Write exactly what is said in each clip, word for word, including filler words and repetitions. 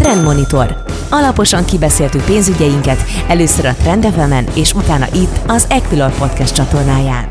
Trendmonitor. Alaposan kibeszéltük pénzügyeinket, először a Trend ef emen, és utána itt az Equilor Podcast csatornáján.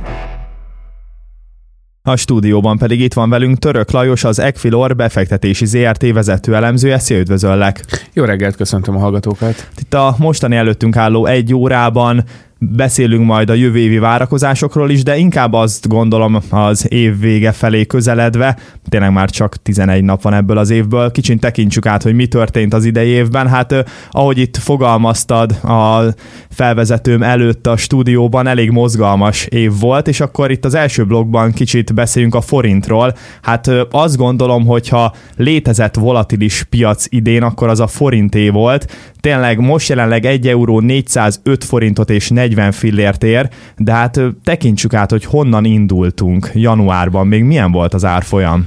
A stúdióban pedig itt van velünk Török Lajos, az Equilor befektetési zé er té vezető elemzője. Szia, üdvözöllek! Jó reggelt, köszöntöm a hallgatókat! Itt a mostani előttünk álló egy órában beszélünk majd a jövő évi várakozásokról is, de inkább azt gondolom az év vége felé közeledve, tényleg már csak tizenegy nap van ebből az évből, kicsit tekintsük át, hogy mi történt az idei évben. Hát ahogy itt fogalmaztad a felvezetőm előtt a stúdióban, elég mozgalmas év volt, és akkor itt az első blogban kicsit beszéljünk a forintról. Hát azt gondolom, hogyha létezett volatilis piac idén, akkor az a forinté volt. Tényleg most jelenleg egy euró négyszázöt forintot és negyven fillért ér, de hát tekintsük át, hogy honnan indultunk januárban, még milyen volt az árfolyam?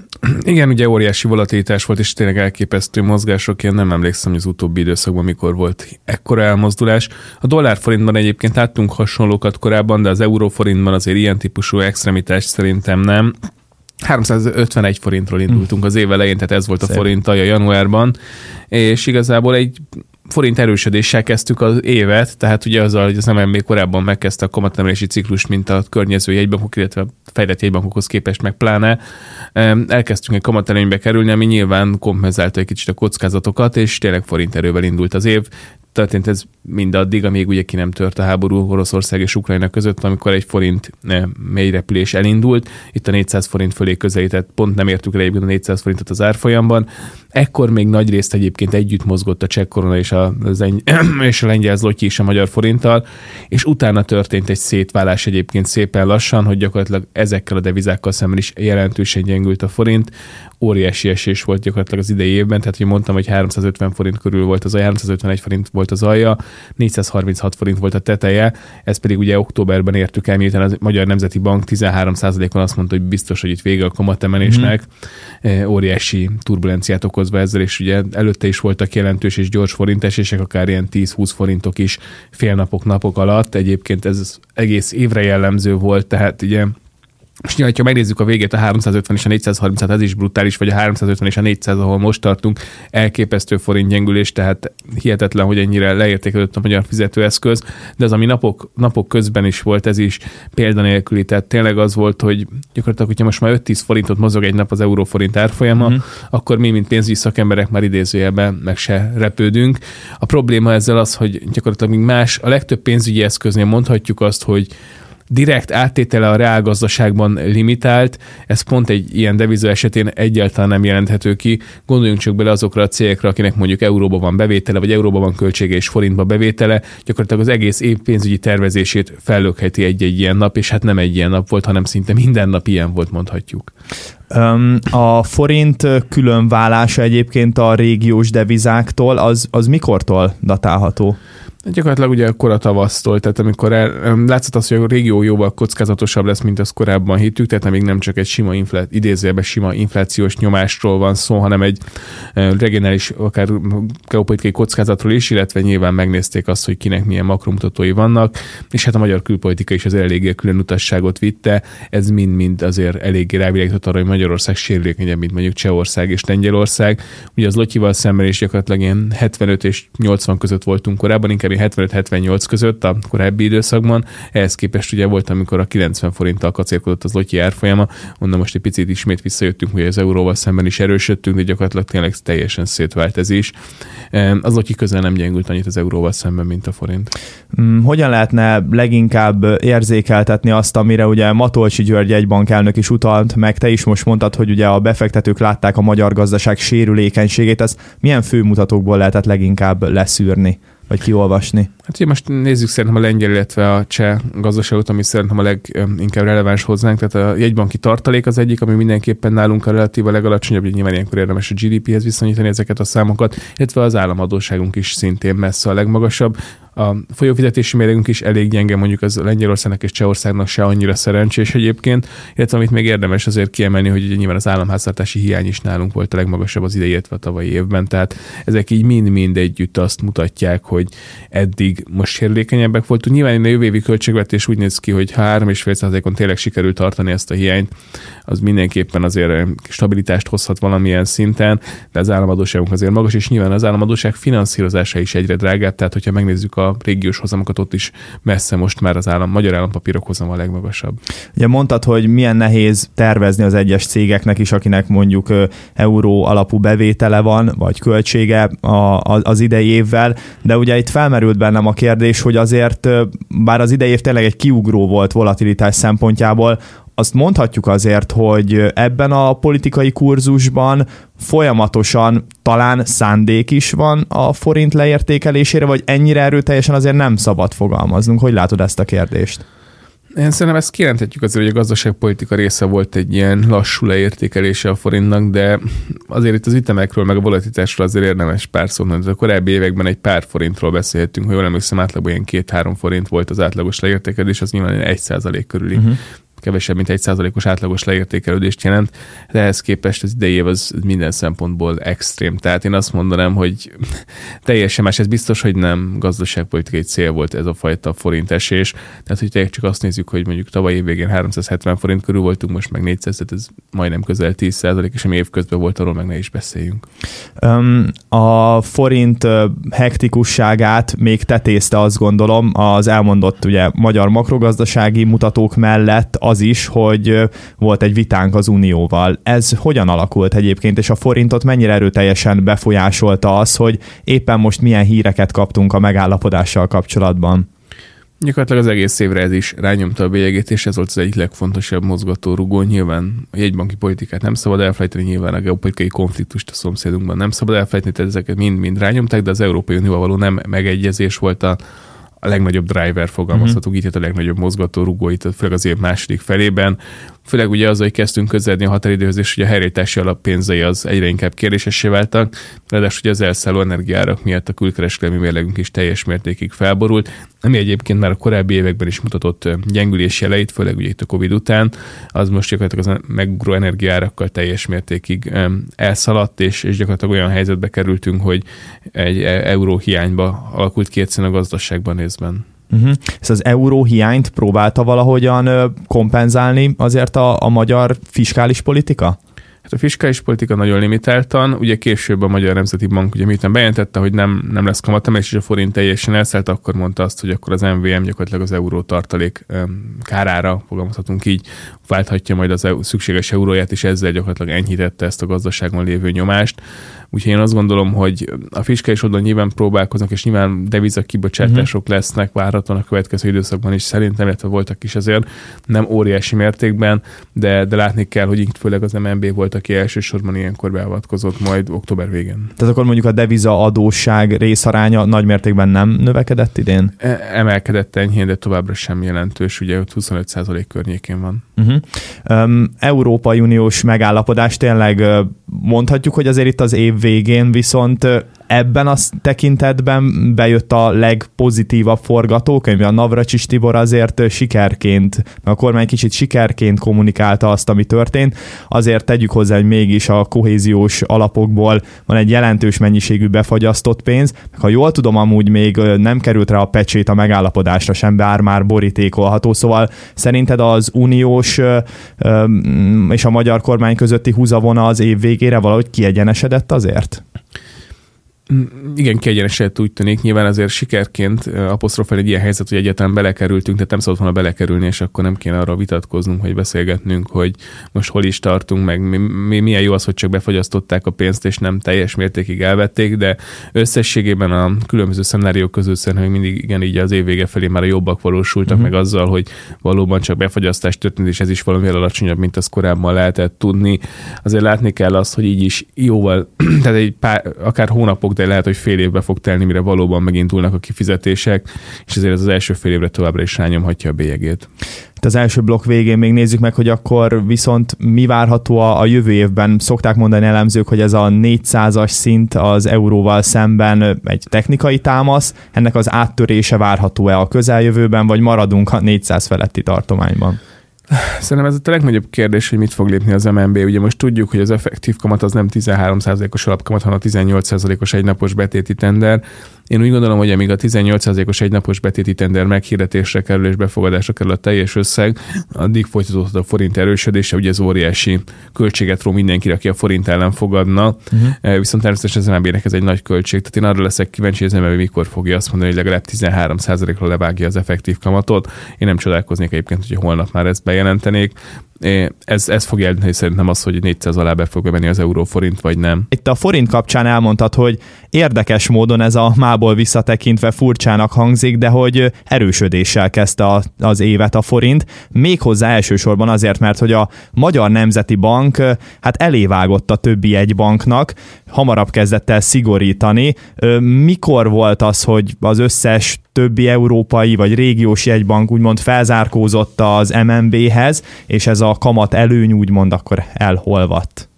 Igen, ugye óriási volatilitás volt, és tényleg elképesztő mozgások, én nem emlékszem, hogy az utóbbi időszakban mikor volt ekkora elmozdulás. A dollárforintban egyébként láttunk hasonlókat korábban, de az euróforintban azért ilyen típusú extremitás szerintem nem. háromszázötvenegy forintról indultunk az év elején, tehát ez volt a Szép. forint alja januárban, és igazából egy forint erősödéssel kezdtük az évet, tehát ugye azzal, hogy az em en bé korábban megkezdte a kamatemelési ciklus, mint a környező jegybankok, illetve a fejlett jegybankokhoz képest meg pláne. Elkezdtünk egy kamateleménybe kerülni, ami nyilván kompenzálta egy kicsit a kockázatokat, és tényleg forint erővel indult az év. Történt ez mindaddig, amíg ugye ki nem tört a háború Oroszország és Ukrajna között, amikor egy forint mélyrepülés elindult. Itt a négyszáz forint fölé közelített, pont nem értük el egyébként a négyszáz forintot az árfolyamban. Ekkor még nagy részt egyébként együtt mozgott a cseh korona és a, és a lengyel zloty is a magyar forinttal, és utána történt egy szétválás egyébként szépen lassan, hogy gyakorlatilag ezekkel a devizákkal szemben is jelentősen gyengült a forint. Óriási esés volt gyakorlatilag az idei évben, tehát hogy mondtam, hogy háromszázötven forint körül volt az alja, háromszázötvenegy forint volt az alja, négyszázharminchat forint volt a teteje, ezt pedig ugye októberben értük el, miután a Magyar Nemzeti Bank tizenhárom százalékon azt mondta, hogy biztos, hogy itt vége a kamatemelésnek, mm. óriási turbulenciát okozva ezzel, és ugye előtte is voltak jelentős és gyors forintesések, akár ilyen tíz-húsz forintok is félnapok, napok alatt. Egyébként ez egész évre jellemző volt, tehát ugye most ha megnézzük a végét, a háromszázötven és a négyszázharminc, ez is brutális, vagy a háromszázötven és a négyszáz, ahol most tartunk, elképesztő forintgyengülés, tehát hihetetlen, hogy ennyire leértékelődött a magyar fizetőeszköz, de az, ami napok, napok közben is volt, ez is példanélküli, tehát tényleg az volt, hogy gyakorlatilag, hogyha most már öt-tíz forintot mozog egy nap az euróforint árfolyama, mm-hmm. akkor mi, mint pénzügyi szakemberek már idézőjelben meg se repődünk. A probléma ezzel az, hogy gyakorlatilag még más, a legtöbb pénzügyi eszköznél mondhatjuk azt, hogy direkt áttétele a reálgazdaságban limitált, ez pont egy ilyen deviza esetén egyáltalán nem jelenthető ki. Gondoljunk csak bele azokra a cégekre, akinek mondjuk euróban van bevétele, vagy euróban van költsége és forintba bevétele, gyakorlatilag az egész év pénzügyi tervezését fellökheti egy-egy ilyen nap, és hát nem egy ilyen nap volt, hanem szinte minden nap ilyen volt, mondhatjuk. A forint különválása egyébként a régiós devizáktól, az, az mikortól datálható? Gyakorlatilag ugye a kora tavasztól, tehát amikor el, látszott az, hogy a régió jóval kockázatosabb lesz, mint azt korábban hittük, tehát még nem csak egy sima inflá- idézőjelben sima inflációs nyomásról van szó, hanem egy regionális, akár geopolitikai kockázatról is, illetve nyilván megnézték azt, hogy kinek milyen makromutatói vannak, és hát a magyar külpolitika is az eléggé külön utasságot vitte, ez mind-mind azért eléggé rávilágított arra, hogy Magyarország sérülékenyebb, mint mondjuk Csehország és Lengyelország. Ugye az lotyival szemben is gyakorlatilag ilyen hetvenöt és nyolcvan között voltunk korábban, inkább hetvenöt hetvennyolc között a korábbi időszakban. Ehhez képest ugye volt, amikor a kilencven forinttal kacérkodott az lotyi árfolyama, onnan most egy picit ismét visszajöttünk, hogy az euróval szemben is erősödtünk, de gyakorlatilag tényleg teljesen szétvált ez is. Az lotyi közel nem gyengült annyit az euróval szemben, mint a forint. Hogyan lehetne leginkább érzékeltetni azt, amire ugye Matolcsy György jegybankelnök is utalt, meg te is most mondtad, hogy ugye a befektetők látták a magyar gazdaság sérülékenységét, ezt milyen főmutatókból lehetett leginkább leszűrni, vagy kiolvasni? Hát ugye most nézzük szerintem a lengyel, illetve a cseh gazdaságot, ami szerintem a leginkább releváns hozzánk. Tehát a jegybanki tartalék az egyik, ami mindenképpen nálunk a relatív a legalacsonyabb, hogy nyilván ilyenkor érdemes a gé dé péhez viszonyítani ezeket a számokat, illetve az államadósságunk is szintén messze a legmagasabb. A folyófizetési mérlegünk is elég gyenge, mondjuk az Lengyelországnak és Csehországnak se annyira szerencsés egyébként, illetve amit még érdemes azért kiemelni, hogy ugye nyilván az államháztartási hiány is nálunk volt a legmagasabb az idei, illetve a tavalyi évben, tehát ezek így mind-mind együtt azt mutatják, hogy eddig eddig most sérülékenyebbek voltunk. Nyilván a jövő évi költségvetés úgy néz ki, hogy három egész öt százalékon tényleg sikerült tartani ezt a hiányt, az mindenképpen azért stabilitást hozhat valamilyen szinten, de az államadóságunk azért magas, és nyilván az államadóság finanszírozása is egyre drágább, tehát hogyha megnézzük a régiós hozamokat, ott is messze most már az állam, magyar állampapírok hozama a legmagasabb. Ugye mondtad, hogy milyen nehéz tervezni az egyes cégeknek is, akinek mondjuk euró alapú bevétele van, vagy költsége az idei évvel, de ugye itt felmerült bennem a kérdés, hogy azért, bár az idei év tényleg egy kiugró volt volatilitás szempontjából, azt mondhatjuk azért, hogy ebben a politikai kurzusban folyamatosan talán szándék is van a forint leértékelésére, vagy ennyire erőteljesen azért nem szabad fogalmaznunk. Hogy látod ezt a kérdést? Én szerintem ezt kijelenthetjük azért, hogy a gazdaságpolitika része volt egy ilyen lassú leértékelése a forintnak, de azért itt az ütemekről, meg a volatilitásról azért érdemes pár szót mondani. A korábbi években egy pár forintról beszélhetünk, hogy jól emlékszem, átlagban ilyen két-három forint volt az átlagos leértékelés, az nyilván egy százalék körüli. Uh-huh. Kevesebb, mint egy százalékos átlagos leértékelődést jelent, de ehhez képest az idei év az minden szempontból extrém. Tehát én azt mondanám, hogy teljesen más, ez biztos, hogy nem gazdaságpolitikai cél volt ez a fajta forintesés. Tehát, hogy csak azt nézzük, hogy mondjuk tavaly év végén háromszázhetven forint körül voltunk, most meg négyszáz, tehát ez majdnem közel tíz százalék, és ami évközben volt, arról meg ne is beszéljünk. A forint hektikusságát még tetézte, azt gondolom, az elmondott ugye magyar makrogazdasági mutatók mellett az is, hogy volt egy vitánk az Unióval. Ez hogyan alakult egyébként, és a forintot mennyire erőteljesen befolyásolta az, hogy éppen most milyen híreket kaptunk a megállapodással kapcsolatban? Gyakorlatilag az egész évre ez is rányomta a bélyegét, és ez volt az egyik legfontosabb mozgatórugó. Nyilván a jegybanki politikát nem szabad elfelejteni, nyilván a geopolitikai konfliktust a szomszédunkban nem szabad elfelejteni, tehát ezeket mind-mind rányomták, de az Európai Unióval való nem megegyezés volt a a legnagyobb driver, fogalmazhatunk mm-hmm. így, a legnagyobb mozgatórugó itt, főleg az év második felében. Főleg ugye az, hogy kezdtünk közeledni a határidőhöz, és ugye a helyreállítási alap pénzei az egyre inkább kérdésessé váltak, ráadásul ugye az elszálló energiárak miatt a külkereskedelmi mérlegünk is teljes mértékig felborult, ami egyébként már a korábbi években is mutatott gyengülés jeleit, főleg ugye itt a Covid után, az most gyakorlatilag az megugró energiárakkal teljes mértékig elszaladt, és, és gyakorlatilag olyan helyzetbe kerültünk, hogy egy euró hiányba alakult ki egyszerűen a gazdaságban nézben. Uh-huh. Ezt az euró hiányt próbálta valahogyan ö, kompenzálni azért a, a magyar fiskális politika? Hát a fiskális politika nagyon limitáltan, ugye később a Magyar Nemzeti Bank ugye miután bejelentette, hogy nem, nem lesz kamatemelés, és a forint teljesen elszállt, akkor mondta azt, hogy akkor az em vé em gyakorlatilag az euró tartalék kárára, fogalmazhatunk így, válthatja majd az szükséges euróját, és ezzel gyakorlatilag enyhítette ezt a gazdaságon lévő nyomást. Úgyhogy én azt gondolom, hogy a fiskális oldalon nyilván próbálkoznak, és nyilván deviza kibocsátások uh-huh. lesznek várhatóan a következő időszakban is szerintem, illetve voltak is azért nem óriási mértékben, de, de látni kell, hogy itt főleg az em en bé volt, aki elsősorban ilyenkor beavatkozott majd október végén. Tehát akkor mondjuk a deviza adósság részaránya nagy mértékben nem növekedett idén? E- emelkedett enyhén, de továbbra sem jelentős, ugye ott huszonöt százalék környékén van. Uh-huh. Um, Európai Uniós megállapodás tényleg mondhatjuk, hogy azért itt az év végén viszont ebben a tekintetben bejött a legpozitívabb forgatókönyv. A Navracsics Tibor azért sikerként, a kormány kicsit sikerként kommunikálta azt, ami történt. Azért tegyük hozzá, hogy mégis a kohéziós alapokból van egy jelentős mennyiségű befagyasztott pénz. Ha jól tudom, amúgy még nem került rá a pecsét a megállapodásra sem, bár már borítékolható. Szóval szerinted az uniós és a magyar kormány közötti húzavona az év végére valahogy kiegyenesedett azért? Igen, kiegyenesedett úgy tűnik. Nyilván azért sikerként apostrofál egy ilyen helyzet, hogy egyáltalán belekerültünk, tehát nem szabad volna belekerülni, és akkor nem kéne arra vitatkoznunk, hogy beszélgetnünk, hogy most hol is tartunk, meg mi, mi, milyen jó az, hogy csak befagyasztották a pénzt, és nem teljes mértékig elvették, de összességében a különböző szenáriók között szerintem mindig igen, így az év vége felé már a jobbak valósultak, uh-huh. meg azzal, hogy valóban csak befagyasztás történt, és ez is valamivel alacsonyabb, mint azt korábban lehetett tudni. Azért látni kell azt, hogy így is jóval, tehát egy pár, akár hónapok, de lehet, hogy fél évbe fog telni, mire valóban megindulnak a kifizetések, és ezért ez az első fél évre továbbra is rányomhatja a bélyegét. Itt az első blokk végén még nézzük meg, hogy akkor viszont mi várható a, a jövő évben. Szokták mondani elemzők, hogy ez a négyszázas szint az euróval szemben egy technikai támasz. Ennek az áttörése várható-e a közeljövőben, vagy maradunk a négyszáz feletti tartományban? Szerintem ez a legnagyobb kérdés, hogy mit fog lépni az em en bé. Ugye most tudjuk, hogy az effektív kamat az nem tizenhárom százalékos alapkamat, hanem a tizennyolc százalékos egynapos betéti tender. Én úgy gondolom, hogy amíg a tizennyolc százalékos egynapos betéti tender meghirdetésre kerül és befogadásra kerül a teljes összeg, addig folytatódhat a forint erősödése, ugye ez óriási költséget ró mindenkire, aki a forint ellen fogadna. Uh-huh. Viszont természetesen az em en bének ez egy nagy költség. Tehát én arra leszek kíváncsi, hogy az em en bé mikor fogja azt mondani, hogy legalább tizenhárom százalékra levágja az effektív kamatot. Én nem csodálkoznék egyébként, hogy holnap már ezt bejelentenék. Ez, ez fog jelenteni szerintem az, hogy négyszáz alá be fog menni az euró-forint, vagy nem. Itt a forint kapcsán elmondtad, hogy érdekes módon ez a mából visszatekintve furcsának hangzik, de hogy erősödéssel kezdte a, az évet a forint, méghozzá elsősorban azért, mert hogy a Magyar Nemzeti Bank hát elévágott a többi jegybanknak, hamarabb kezdett el szigorítani. Mikor volt az, hogy az összes többi európai vagy régiós jegybank úgymond felzárkózott az em en béhez, és ez a kamat előny úgymond akkor elholvadt?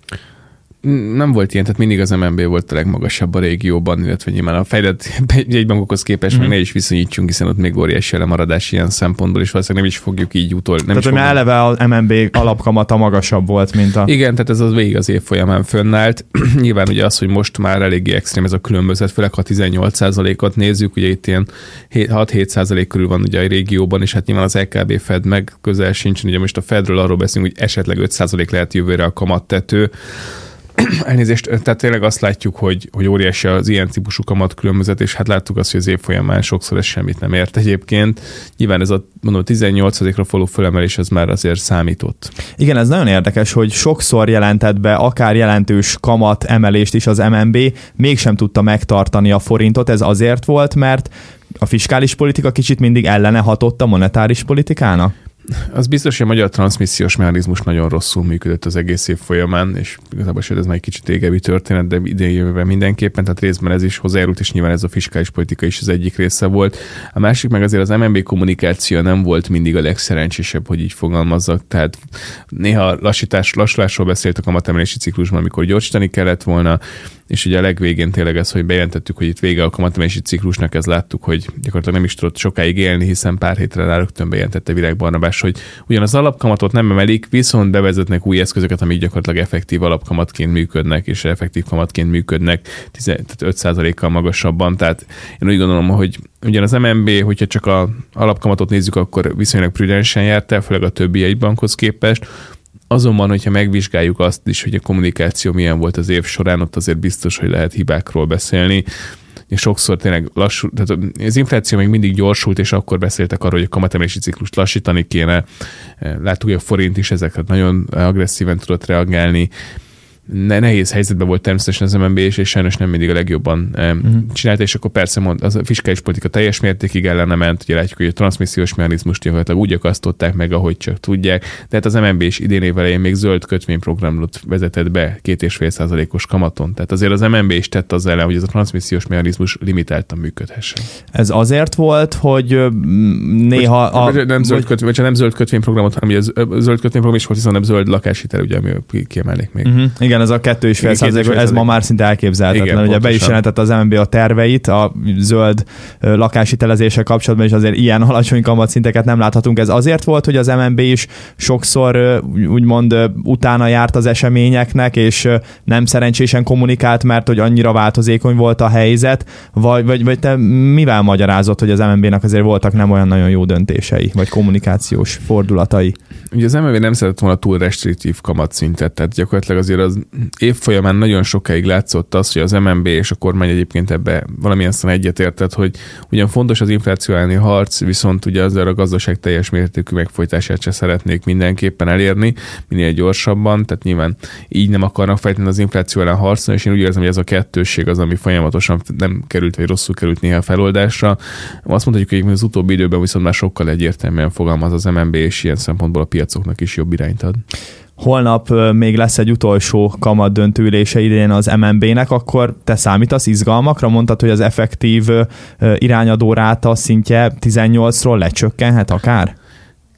Nem volt ilyen, tehát mindig az em en bé volt a legmagasabb a régióban, illetve nyilván a fejlett jegybankokhoz képest mm. meg ne is viszonyítsunk, hiszen ott még óriási lemaradás ilyen szempontból, és valószínűleg nem is fogjuk így utol. Nem tehát, hogy fogjuk... eleve az em en bé alapkamata magasabb volt, mint a... Igen, tehát ez az végig az év folyamán fönnállt. Nyilván ugye az, hogy most már eléggé extrém ez a különbözet, főleg ha tizennyolc százalékot nézzük, ugye itt ilyen hat-hét százalék körül van ugye a régióban, és hát nyilván az é ká bé Fed meg közel sincs, ugye most a Fedről arról beszélünk, hogy esetleg öt százalék lehet jövőre a kamattető. Elnézést, tehát tényleg azt látjuk, hogy, hogy óriási az ilyen típusú kamat különbözet, és hát láttuk azt, hogy az év folyamán sokszor ez semmit nem ért egyébként. Nyilván ez a mondom, tizennyolc százalékra való fölemelés, ez már azért számított. Igen, ez nagyon érdekes, hogy sokszor jelentett be akár jelentős kamat emelést is az em en bé, mégsem tudta megtartani a forintot. Ez azért volt, mert a fiskális politika kicsit mindig ellene hatott a monetáris politikának? Az biztos, hogy a magyar transzmissziós mechanizmus nagyon rosszul működött az egész év folyamán, és igazából ez már egy kicsit régebbi történet, de idejében mindenképpen, tehát részben ez is hozzájárult, és nyilván ez a fiskális politika is az egyik része volt. A másik meg azért az em en bé kommunikáció nem volt mindig a legszerencsésebb, hogy így fogalmazzak, tehát néha lassítás, lassulásról beszélt a kamatemelési ciklusban, amikor gyorsítani kellett volna, és ugye a legvégén tényleg ez, hogy bejelentettük, hogy itt vége a kamatemelési ciklusnak, ez láttuk, hogy gyakorlatilag nem is tudott sokáig élni, hiszen pár hétre rá rögtön bejelentette Virág Barnabás, hogy ugyan az alapkamatot nem emelik, viszont bevezetnek új eszközöket, amik gyakorlatilag effektív alapkamatként működnek, és effektív kamatként működnek, öt százalékkal magasabban. Tehát én úgy gondolom, hogy ugyan az em en bé, hogyha csak az alapkamatot nézzük, akkor viszonylag prudensen járt el, főleg a többi jegybankhoz képest. Azonban, hogyha megvizsgáljuk azt is, hogy a kommunikáció milyen volt az év során, ott azért biztos, hogy lehet hibákról beszélni. És sokszor tényleg lassú, tehát az infláció még mindig gyorsult, és akkor beszéltek arról, hogy a kamatemelési ciklust lassítani kéne. Láttuk, hogy a forint is ezeket nagyon agresszíven tudott reagálni. Nehéz helyzetben volt természetesen az em en bé, és, és sajnos nem mindig a legjobban uh-huh. csinálta, és akkor persze mond, az a fiskális politika teljes mértékig ellene ment, ugye látjuk, hogy a transzmissziós mechanizmust gyakorlatilag úgy akasztották meg, ahogy csak tudják, de hát az em en bé is idén év elején még zöld kötvényprogramot vezetett be két egész öt százalékos kamaton. Tehát azért az em en bé is tett az ellen, hogy ez a transzmissziós mechanizmus limitáltan működhessen. Ez azért volt, hogy néha... A, vagy, nem zöld kötvény, vagy nem zöld kötvényprogramot, hanem ugye a zöld kötvényprogram is volt, hiszen nem zöld lakáshitel, ugye, ami kiemelnék még. Uh-huh. Igen, ez a kettő és fél százalék, ez ma már szinte elképzelhetetlen. Ugye be is jelentett az em en bé a terveit a zöld lakáshitelezéssel kapcsolatban, és azért ilyen alacsony kamatszinteket nem láthatunk. Ez azért volt, hogy az em en bé is sokszor úgymond utána járt az eseményeknek, és nem szerencsésen kommunikált, mert hogy annyira változékony volt a helyzet, vagy, vagy, vagy te mivel magyarázott, hogy az em en bének azért voltak nem olyan nagyon jó döntései, vagy kommunikációs fordulatai? Ugye az em en bé nem szeretett volna túl restriktív kamatszintet, tehát gyakorlatilag azért az év folyamán nagyon sokáig látszott az, hogy az em en bé és a kormány egyébként ebbe valamilyen szan egyetértett, hogy ugyan fontos az infláció elleni harc, viszont ugye azért a gazdaság teljes mértékű megfojtását se szeretnék mindenképpen elérni, minél gyorsabban, tehát nyilván így nem akarnak feltétlenül az infláció ellen harcolni, és én úgy érzem, hogy ez a kettősség az, ami folyamatosan nem került, vagy rosszul került néha feloldásra. Azt mondhatjuk, hogy az utóbbi időben viszont már sokkal egyértelműen fogalmaz az em en bé, és ilyen szempontból a piacoknak is jobb irányt ad. Holnap még lesz egy utolsó kamat döntőülése idén az em en bének, akkor te számítasz izgalmakra? Mondtad, hogy az effektív irányadó ráta szintje tizennyolcról lecsökkenhet akár?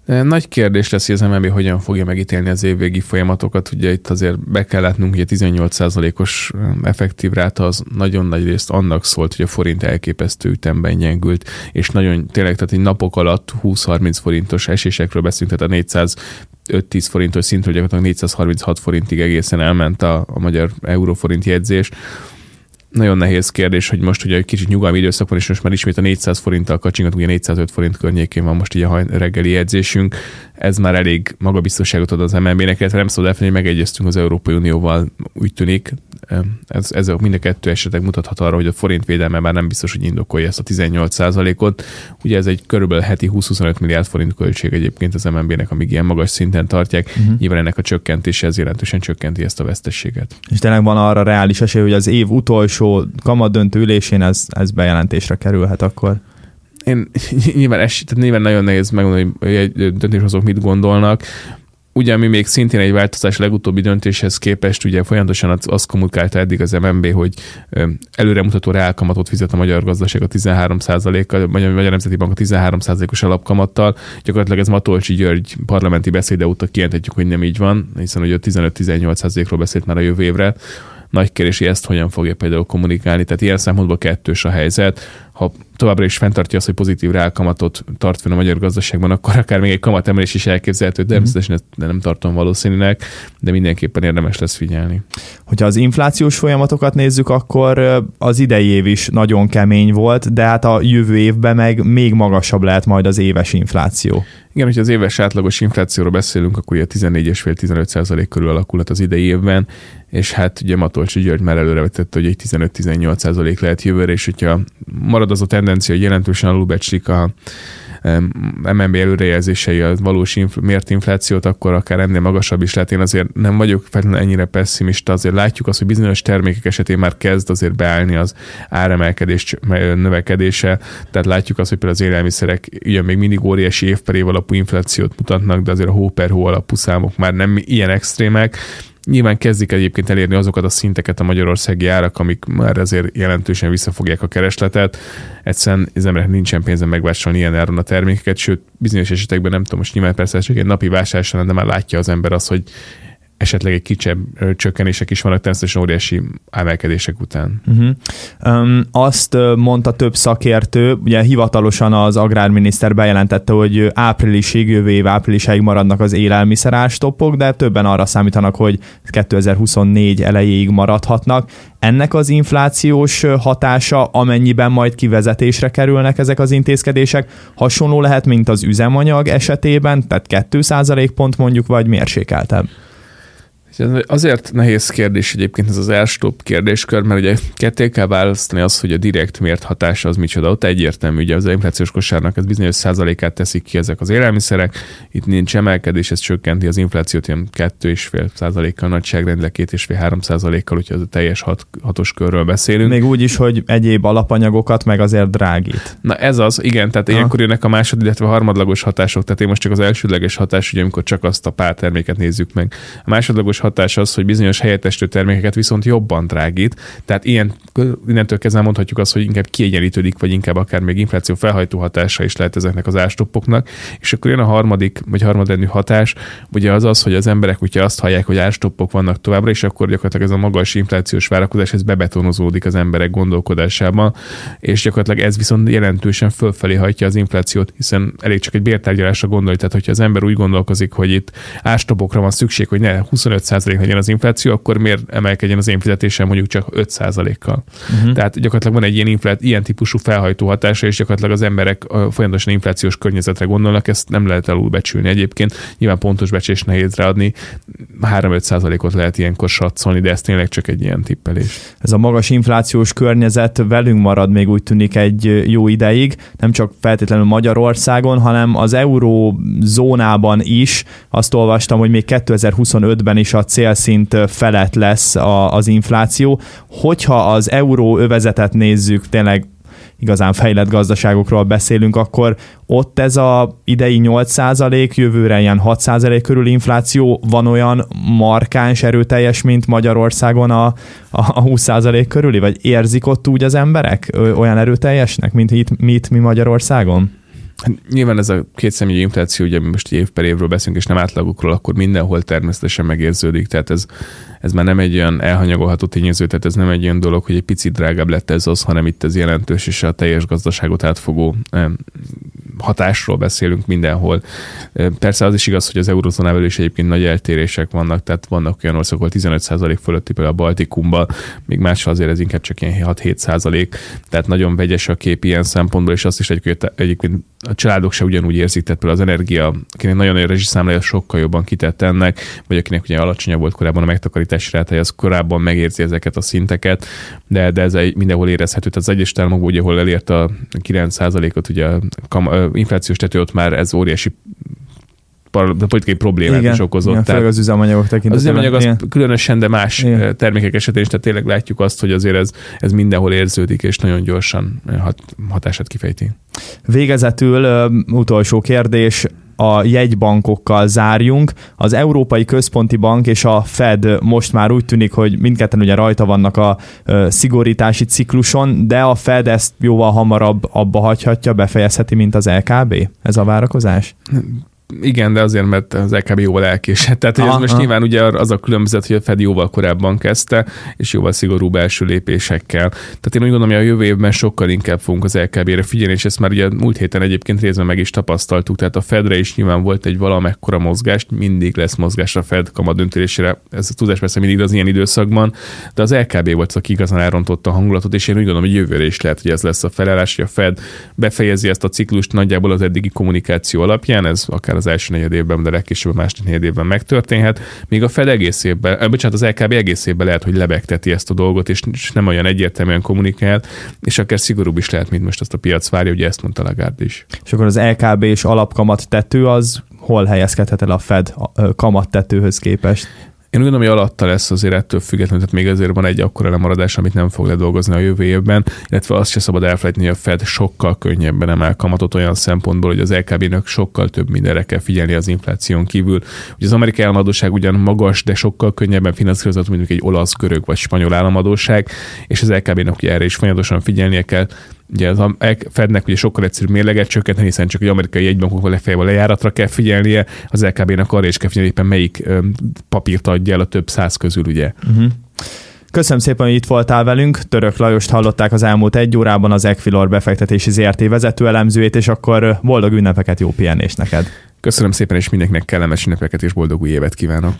Nagy kérdés lesz, hogy az em en bé hogyan fogja megítélni az évvégi folyamatokat. Ugye itt azért be kell látnunk, hogy a tizennyolc százalékos effektív ráta az nagyon nagy részt annak szólt, hogy a forint elképesztő ütemben gyengült, és nagyon tényleg, tehát egy napok alatt húsz-harminc forintos esésekről beszélünk, tehát a négyszázöt-tíz forintos szintről gyakorlatilag négyszázharminchat forintig egészen elment a, a magyar euróforint jegyzés. Nagyon nehéz kérdés, hogy most ugye egy kicsit nyugalmi időszak van, és most már ismét a négyszáz forinttal kacsingatunk, ugye négyszázöt forint környékén van most így a reggeli jegyzésünk. Ez már elég magabiztosságot ad az em en bé-nek, illetve nem szabad elfelejteni, hogy megegyeztünk az Európai Unióval, úgy tűnik. Ez, ez mind a kettő esetek mutathat arra, hogy a forint védelme már nem biztos, hogy indokolja ezt a tizennyolc százalékot. Ugye ez egy körülbelül heti húsz-huszonöt milliárd forint költség egyébként az em en bé-nek, amíg ilyen magas szinten tartják. Uh-huh. Nyilván ennek a csökkentése ez jelentősen csökkenti ezt a veszteséget. És tényleg van arra reális esély, hogy az év utolsó kamatdöntő ülésén ez, ez bejelentésre kerülhet akkor? Én nyilván, es, tehát nyilván nagyon nehéz megmondani, hogy egy döntéshozók mit gondolnak. Ugye, ami még szintén egy változás legutóbbi döntéshez képest, ugye folyamatosan azt kommunikálta eddig az em en bé, hogy előremutató reálkamatot fizet a magyar gazdaság a tizenhárom százalékkal, vagy a Magyar Nemzeti Bank a tizenhárom százalékos alapkamattal. Gyakorlatilag ez Matolcsy György parlamenti beszéde óta kijelentetjük, hogy nem így van, hiszen ugye tizenöt-tizennyolc százalékról beszélt már a jövő évre. Nagy kérdés, hogy ezt hogyan fogja például kommunikálni. Tehát ilyen szempontból kettős a helyzet. Ha továbbra is fenntartja azt, hogy pozitív reálkamatot tart fenn a magyar gazdaságban, akkor akár még egy kamatemelés is elképzelhető, de természetesen ezt nem tartom valószínűnek, de mindenképpen érdemes lesz figyelni. Hogyha az inflációs folyamatokat nézzük, akkor az idei év is nagyon kemény volt, de hát a jövő évben meg még magasabb lehet majd az éves infláció. Igen, hogyha az éves átlagos inflációról beszélünk, akkor ugye tizennégy egész öt-tizenöt százalék körül alakulhat az idei évben, és hát ugye Matolcsy György már előrevetette, hogy egy tizenöt-tizennyolc százalék lehet jövőre, és hogyha marad az a tendencia, hogy jelentősen alulbecslik a em en bé előrejelzései a valós inf- mért inflációt, akkor akár ennél magasabb is lehet. Én azért nem vagyok feltétlenül ennyire pessimista, azért látjuk azt, hogy bizonyos termékek esetén már kezd azért beállni az áremelkedés növekedése, tehát látjuk azt, hogy például az élelmiszerek ugye még mindig óriási év per év alapú inflációt mutatnak, de azért a hó per hó alapú számok már nem ilyen extrémek. Nyilván kezdik egyébként elérni azokat a szinteket a magyarországi árak, amik már azért jelentősen visszafogják a keresletet. Egyszerűen az emberek nincsen pénzen megvásárolni ilyen áron a termékeket, sőt, bizonyos esetekben nem tudom, most nyilván persze csak egy napi vásárlás, de már látja az ember azt, hogy esetleg egy kisebb csökkenések is vannak természetesen óriási emelkedések után. Uh-huh. Um, azt mondta több szakértő, ugye hivatalosan az agrárminiszter bejelentette, hogy áprilisig, jövő év áprilisáig maradnak az élelmiszerárstoppok, de többen arra számítanak, hogy kétezer-huszonnégy elejéig maradhatnak. Ennek az inflációs hatása, amennyiben majd kivezetésre kerülnek ezek az intézkedések, hasonló lehet, mint az üzemanyag esetében, tehát két százalékpont mondjuk, vagy mérsékeltebb? Azért nehéz kérdés egyébként ez az árstopp kérdéskör, mert ugye ketté kell választani azt, hogy a direkt mért hatása az micsoda. Ott egyértelmű, ugye az inflációs kosárnak ez bizonyos százalékát teszik ki ezek az élelmiszerek. Itt nincs emelkedés, ez csökkenti az inflációt ilyen kettő és fél százalékkal, nagyságrendileg két és fél három százalékkal, úgyhogy az a teljes hat, hatos körről beszélünk. Még úgy is, hogy egyéb alapanyagokat meg azért drágít. Na ez az, igen, tehát ha. Ilyenkor jönnek a másod, illetve a harmadlagos hatások, tehát én most csak az elsődleges hatás, ugye amikor csak azt a pár terméket nézzük meg. A másodlagos hatás az, hogy bizonyos helyettesítő termékeket viszont jobban drágít. Tehát ilyen, innentől kezdve mondhatjuk azt, hogy inkább kiegyenlítődik, vagy inkább akár még infláció felhajtó hatása is lehet ezeknek az árstoppoknak. És akkor jön a harmadik, vagy harmadrendű hatás, ugye az az, hogy az emberek ugye azt hallják, hogy árstoppok vannak továbbra, és akkor gyakorlatilag ez a magas inflációs várakozás, ez bebetonozódik az emberek gondolkodásában, és gyakorlatilag ez viszont jelentősen fölfelé hajtja az inflációt, hiszen elég csak egy bértárgyalásra gondolni, tehát hogyha az ember úgy gondolkozik, hogy itt árstoppokra van szükség, hogy ne huszonöt százalék legyen az infláció, akkor miért emelkedjen az én fizetésem mondjuk csak öt százalékkal. Uh-huh. Tehát gyakorlatilag van egy ilyen, inflát, ilyen típusú felhajtó hatása, és gyakorlatilag az emberek folyamatosan inflációs környezetre gondolnak, ezt nem lehet alulbecsülni egyébként. Nyilván pontos becsés nehéz ráadni, három-öt százalékot lehet ilyenkor satszolni, de ez tényleg csak egy ilyen tippelés. Ez a magas inflációs környezet velünk marad még úgy tűnik egy jó ideig, nem csak feltétlenül Magyarországon, hanem az eurózónában is. Azt olvastam, hogy még kétezer-huszonötben is a célszint felett lesz a, az infláció. Hogyha az euróövezetet nézzük, tényleg igazán fejlett gazdaságokról beszélünk, akkor ott ez a idei nyolc százalék, jövőre ilyen hat százalék körül infláció van olyan markáns, erőteljes, mint Magyarországon a, a, a húsz százalék körüli? Vagy érzik ott úgy az emberek olyan erőteljesnek, mint itt, mi itt mi Magyarországon? Hát nyilván ez a kétszámjegyű infláció, ugye most év per évről beszélünk, és nem átlagokról, akkor mindenhol természetesen megérződik. Tehát ez, ez már nem egy olyan elhanyagolható tényező, tehát ez nem egy olyan dolog, hogy egy picit drágább lett ez az, hanem itt ez jelentős, és a teljes gazdaságot átfogó hatásról beszélünk mindenhol. Persze az is igaz, hogy az eurozónával is egyébként nagy eltérések vannak, tehát vannak olyan országok, ahol tizenöt százalék fölötti, például a Baltikumban, még máshol azért ez inkább csak ilyen hat-hét százalék, tehát nagyon vegyes a kép ilyen szempontból, és azt is egyébként, egyébként a családok se ugyanúgy érzik, tehát például az energia, akinek nagyon nagy rezsiszámlája, sokkal jobban kitett ennek, vagy akinek ugye alacsonyabb volt korábban a megtakarítási rátája, az korábban megérzi ezeket a szinteket, de, de ez egy, mindenhol érezhető. Tehát az egyes államokban, ugye, ahol elért a kilenc százalékot, ugye a kam- inflációs tető, ott már ez óriási politikai problémát igen, is okozott. Igen, főleg az üzemanyagok tekintetében. Az üzemanyag az igen. különösen, de más igen. termékek esetén is, tehát tényleg látjuk azt, hogy azért ez, ez mindenhol érződik, és nagyon gyorsan hat, hatását kifejti. Végezetül utolsó kérdés, a jegybankokkal zárjunk. Az Európai Központi Bank és a Fed most már úgy tűnik, hogy mindketten ugye rajta vannak a szigorítási cikluson, de a Fed ezt jóval hamarabb abba hagyhatja, befejezheti, mint az el ká bé? Ez a várakozás? Igen, de azért, mert az el ká bé jóval elkésett. Tehát hogy ez most nyilván ugye az a különbözet, hogy a Fed jóval korábban kezdte, és jóval szigorúbb első lépésekkel. Tehát én úgy gondolom, hogy a jövő évben sokkal inkább fogunk az el ká bé-re figyelni, és ezt már ugye múlt héten egyébként részben meg is tapasztaltuk. Tehát a Fedre is nyilván volt egy valamekkora mozgás, mindig lesz mozgás a Fed kamadöntésére. Ez a tudás persze mindig az ilyen időszakban, de az el ká bé volt az, aki igazán elrontotta a hangulatot, és én úgy gondolom, hogy jövőre is lehet, hogy ez lesz a felállás, hogy a Fed befejezi ezt a ciklust nagyjából az eddigi kommunikáció alapján, ez akár az első negyed évben, de legkésőbb a második negyed évben megtörténhet, míg a Fed egész évben, eh, bocsánat, az el ká bé egész évben lehet, hogy lebegteti ezt a dolgot, és nem olyan egyértelműen kommunikál, és akár szigorúbb is lehet, mint most azt a piac várja, ugye ezt mondta Lagarde is. És akkor az el ká bé-s alapkamat tető az hol helyezkedhet el a Fed kamattetőhöz képest? Én úgy gondolom, hogy alatta lesz azért ettől függetlenül, tehát még azért van egy akkora lemaradás, amit nem fog ledolgozni a jövő évben, illetve azt se szabad elfelejteni, hogy a Fed sokkal könnyebben emel kamatot olyan szempontból, hogy az el ká bé-nek sokkal több mindenre kell figyelni az infláción kívül. Ugye az amerikai államadósság ugyan magas, de sokkal könnyebben finanszírozott, mint egy olasz, görög vagy spanyol államadósság, és az el ká bé-nek ugye erre is folyamatosan figyelnie kell. Ugye az a Fednek ugye sokkal egyszerűbb mérleget csökkenteni, hiszen csak egy amerikai jegybankokban legfeljebb a lejáratra kell figyelnie, az el ká bé-nek arra is kell figyelni, éppen melyik ö, papírt adja el a több száz közül, ugye. Uh-huh. Köszönöm szépen, hogy itt voltál velünk. Török Lajost hallották az elmúlt egy órában, az Equilor befektetési zé er té vezető elemzőjét, és akkor boldog ünnepeket, jó pihenést neked. Köszönöm szépen, és mindenkinek kellemes ünnepeket és boldog új évet kívánok.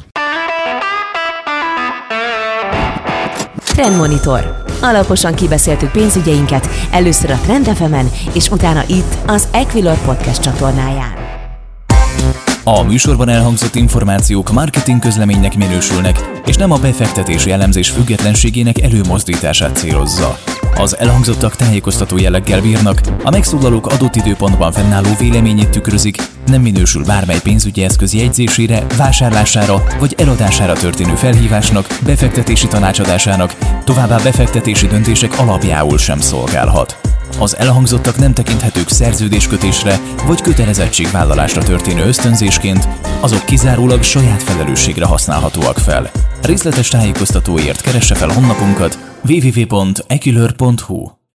Trendmonitor. Alaposan kibeszéltük pénzügyeinket, először a Trend ef emen, és utána itt az Equilor Podcast csatornáján. A műsorban elhangzott információk marketing közleménynek minősülnek, és nem a befektetési elemzés függetlenségének előmozdítását célozza. Az elhangzottak tájékoztató jelleggel bírnak, a megszólalók adott időpontban fennálló véleményét tükrözik, nem minősül bármely pénzügyi eszköz jegyzésére, vásárlására vagy eladására történő felhívásnak, befektetési tanácsadásának, továbbá befektetési döntések alapjául sem szolgálhat. Az elhangzottak nem tekinthetők szerződéskötésre vagy kötelezettségvállalásra történő ösztönzésként, azok kizárólag saját felelősségre használhatóak fel. Részletes tájékoztatóért keresse fel honlapunkat double-u double-u double-u pont equilor pont hu.